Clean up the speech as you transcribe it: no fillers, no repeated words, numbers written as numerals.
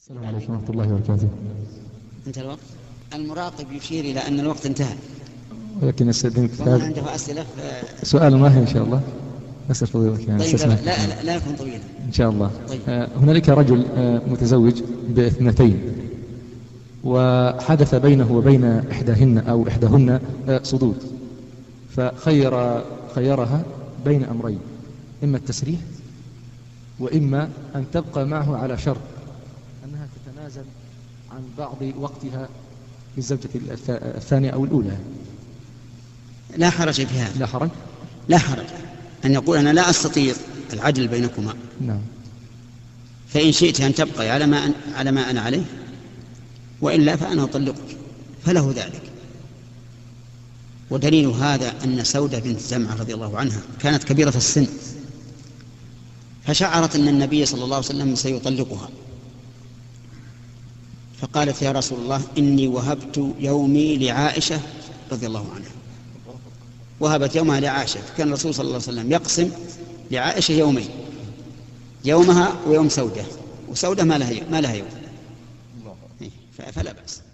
السلام عليكم ورحمة الله وبركاته. انتهى الوقت. المراقب يشير إلى أن الوقت انتهى، ولكن استأذنك وما عنده أسئلة سؤال واحد إن شاء الله. أسأل فضيلتك يعني. طيب لا يكون طويلا إن شاء الله. طيب. هنالك رجل متزوج باثنتين، وحدث بينه وبين إحداهن صدود، فخيرها بين أمرين: إما التسريح وإما أن تبقى معه على شرط أنها تتنازل عن بعض وقتها للزوجة الثانية أو الأولى. لا حرج في هذا. لا حرج أن يقول أنا لا أستطيع العدل بينكما. نعم. فإن شئت أن تبقى على ما أنا عليه، وإلا فأنا أطلقك، فله ذلك. ودليل هذا أن سودة بنت زمعة رضي الله عنها كانت كبيرة السن، فشعرت أن النبي صلى الله عليه وسلم سيطلقها، فقالت: يا رسول الله، إني وهبت يومي لعائشة رضي الله عنها. وهبت يومها لعائشة، فكان الرسول صلى الله عليه وسلم يقسم لعائشة يومين، يومها ويوم سودة، وسودة ما لها يوم، فلا بأس.